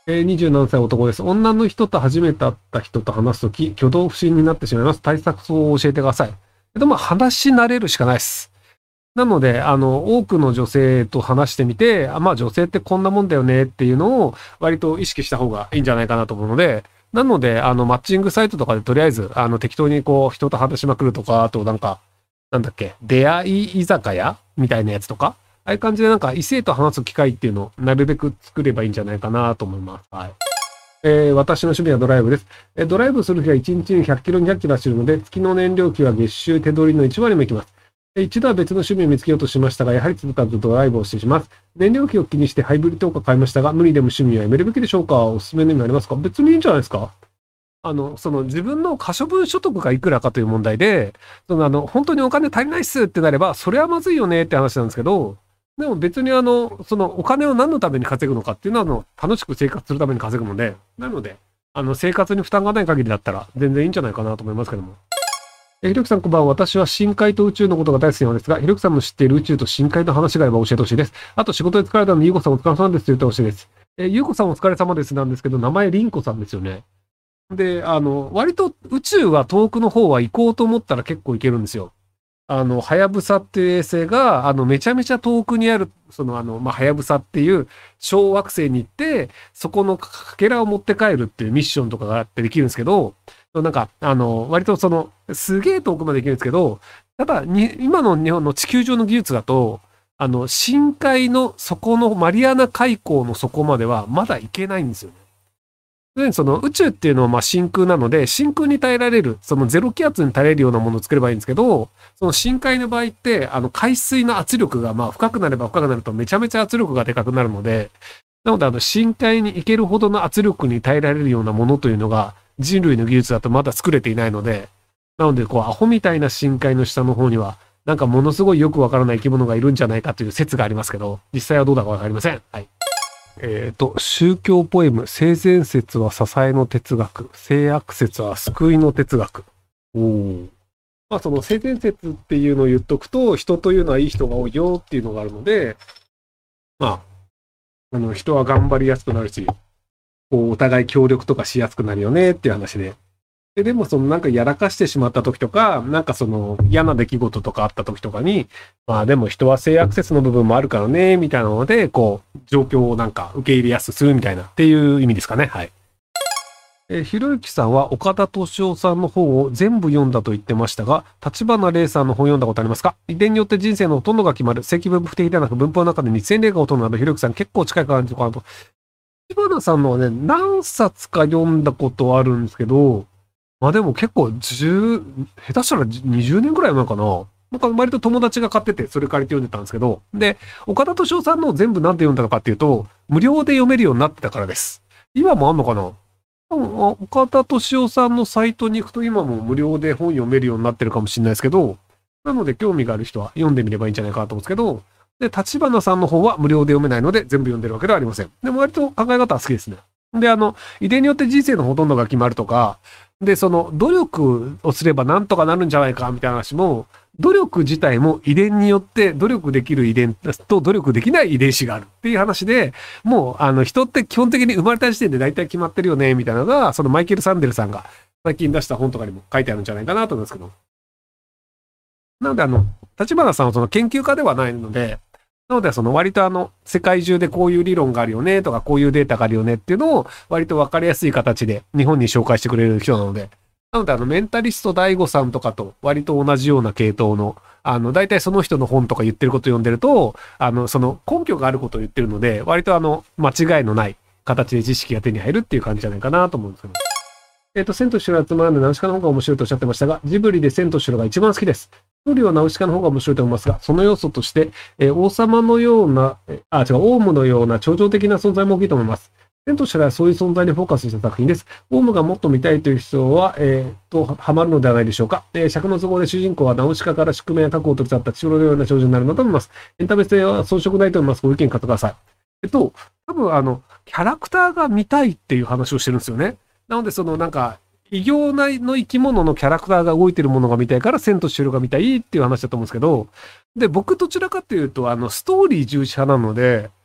27歳男です。女の人と初めて会った人と話すとき、挙動不審になってしまいます。対策を教えてください。でも、話し慣れるしかないです。なので、多くの女性と話してみて、まあ女性ってこんなもんだよねっていうのを割と意識した方がいいんじゃないかなと思うので、なので、マッチングサイトとかでとりあえず、適当にこう、人と話しまくるとか、あとなんか、なんだっけ、出会い居酒屋みたいなやつとか、ああいう感じでなんか異性と話す機会っていうのをなるべく作ればいいんじゃないかなと思います。はい。私の趣味はドライブです。ドライブする日は1日に100キロ、200キロ走るので、月の燃料費は月収手取りの1割も行きます。一度は別の趣味を見つけようとしましたが、やはり続かずドライブをしてしまいます。燃料費を気にしてハイブリッドカーを買いましたが、無理でも趣味はやめるべきでしょうか？おすすめの意味ありますか？別にいいんじゃないですか？自分の可処分所得がいくらかという問題で、本当にお金足りないっすってなれば、それはまずいよねって話なんですけど、でも別にお金を何のために稼ぐのかっていうのは、楽しく生活するために稼ぐので、なので、生活に負担がない限りだったら全然いいんじゃないかなと思いますけども。ひろきさんこんばんは。私は深海と宇宙のことが大好きなのですが、ひろきさんの知っている宇宙と深海の話があれば教えてほしいです。あと仕事で疲れたので、ゆうこさんお疲れ様ですと言ってほしいです。ゆうこさんお疲れ様ですなんですけど、名前りんこさんですよね。で、割と宇宙は遠くの方は行こうと思ったら結構行けるんですよ。はやぶさっていう衛星が、めちゃめちゃ遠くにある、はやぶさっていう小惑星に行って、そこのかけらを持って帰るっていうミッションとかがあってできるんですけど、なんか、割とすげえ遠くまで行けるんですけど、ただ今の日本の地球上の技術だと、深海の底のマリアナ海溝の底まではまだ行けないんですよね。で、その宇宙っていうのはまあ真空なので、真空に耐えられる、そのゼロ気圧に耐えれるようなものを作ればいいんですけど、その深海の場合って、海水の圧力がまあ深くなれば深くなるとめちゃめちゃ圧力がでかくなるので、なので深海に行けるほどの圧力に耐えられるようなものというのが人類の技術だとまだ作れていないので、なのでこうアホみたいな深海の下の方には、なんかものすごいよくわからない生き物がいるんじゃないかという説がありますけど、実際はどうだかわかりません。はい。宗教ポエム、性善説は支えの哲学、性悪説は救いの哲学。おお。まあその性善説っていうのを言っとくと、人というのはいい人が多いよっていうのがあるので、まあ、人は頑張りやすくなるし、こうお互い協力とかしやすくなるよねっていう話で。でもなんかやらかしてしまった時とか、なんか嫌な出来事とかあった時とかに、まあでも人は性悪説の部分もあるからね、みたいなので、こう、状況をなんか受け入れやすくするみたいなっていう意味ですかね。はい。ひろゆきさんは岡田敏夫さんの本を全部読んだと言ってましたが、立花玲さんの本読んだことありますか？遺伝によって人生のほとんどが決まる。積分不定ではなく文法の中で実践例がほとんどなど、ひろゆきさん結構近い感じかなと。立花さんのはね、何冊か読んだことあるんですけど、まあでも結構下手したら20年ぐらい前かな。なんか割と友達が買ってて、それ借りて読んでたんですけど、で、岡田敏夫さんの全部なんで読んだのかっていうと、無料で読めるようになってたからです。今もあんのかな？岡田敏夫さんのサイトに行くと今も無料で本読めるようになってるかもしれないですけど、なので興味がある人は読んでみればいいんじゃないかなと思うんですけど、で、立花さんの方は無料で読めないので全部読んでるわけではありません。でも割と考え方は好きですね。で、遺伝によって人生のほとんどが決まるとか、で、努力をすればなんとかなるんじゃないかみたいな話も、努力自体も遺伝によって努力できる遺伝と努力できない遺伝子があるっていう話で、もう人って基本的に生まれた時点で大体決まってるよね、みたいなのが、そのマイケル・サンデルさんが最近出した本とかにも書いてあるんじゃないかなと思うんですけど。なので立花さんはその研究家ではないので、なので割と世界中でこういう理論があるよねとか、こういうデータがあるよねっていうのを割とわかりやすい形で日本に紹介してくれる人なので、なのでメンタリスト DAIGO さんとかと割と同じような系統の、大体その人の本とか言ってることを読んでると、その根拠があることを言ってるので、割と間違いのない形で知識が手に入るっていう感じじゃないかなと思うんですけど。千と千尋はつまらないナウシカの方が面白いとおっしゃってましたが、ジブリで千と千尋が一番好きです。ストーリーはナウシカの方が面白いと思いますが、その要素として、王様のような、オウムのような超常的な存在も大きいと思います。千と千尋はそういう存在にフォーカスした作品です。オウムがもっと見たいという人は、ハマるのではないでしょうか。尺の都合で主人公はナウシカから宿命や過去を取り去った千尋のような少女になるのだと思います。エンタメ性は装飾ないと思います。ご意見買ってください。多分キャラクターが見たいっていう話をしてるんですよね。なのでなんか、異形内の生き物のキャラクターが動いてるものが見たいから、千と千尋が見たいっていう話だと思うんですけど、で、僕どちらかっていうと、ストーリー重視派なので、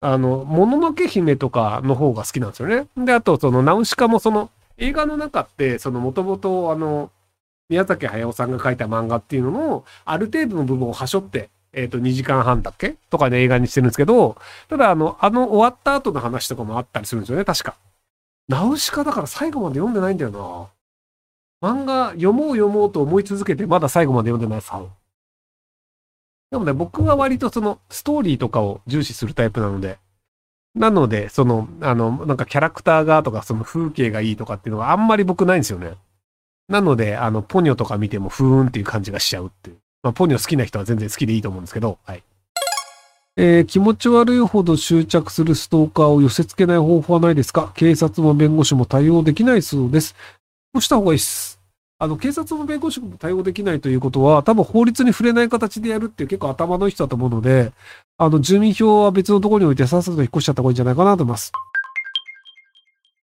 もののけ姫とかの方が好きなんですよね。で、あと、ナウシカも映画の中って、もともと、宮崎駿さんが書いた漫画っていうのの、ある程度の部分をはしょって、2時間半だっけとかね、映画にしてるんですけど、ただ、終わった後の話とかもあったりするんですよね、確か。ナウシカだから最後まで読んでないんだよな。漫画読もうと思い続けて、まだ最後まで読んでないさ。でもね、僕は割とストーリーとかを重視するタイプなので、なんかキャラクターがとか、その風景がいいとかっていうのがあんまり僕ないんですよね。なので、ポニョとか見てもふーんっていう感じがしちゃうっていう。まあ、ポニョ好きな人は全然好きでいいと思うんですけど、はい。気持ち悪いほど執着するストーカーを寄せ付けない方法はないですか？警察も弁護士も対応できないそうです。こうした方がいいです。警察も弁護士も対応できないということは、多分法律に触れない形でやるっていう結構頭のいい人だと思うので、住民票は別のところに置いてさっさと引っ越しちゃった方がいいんじゃないかなと思います。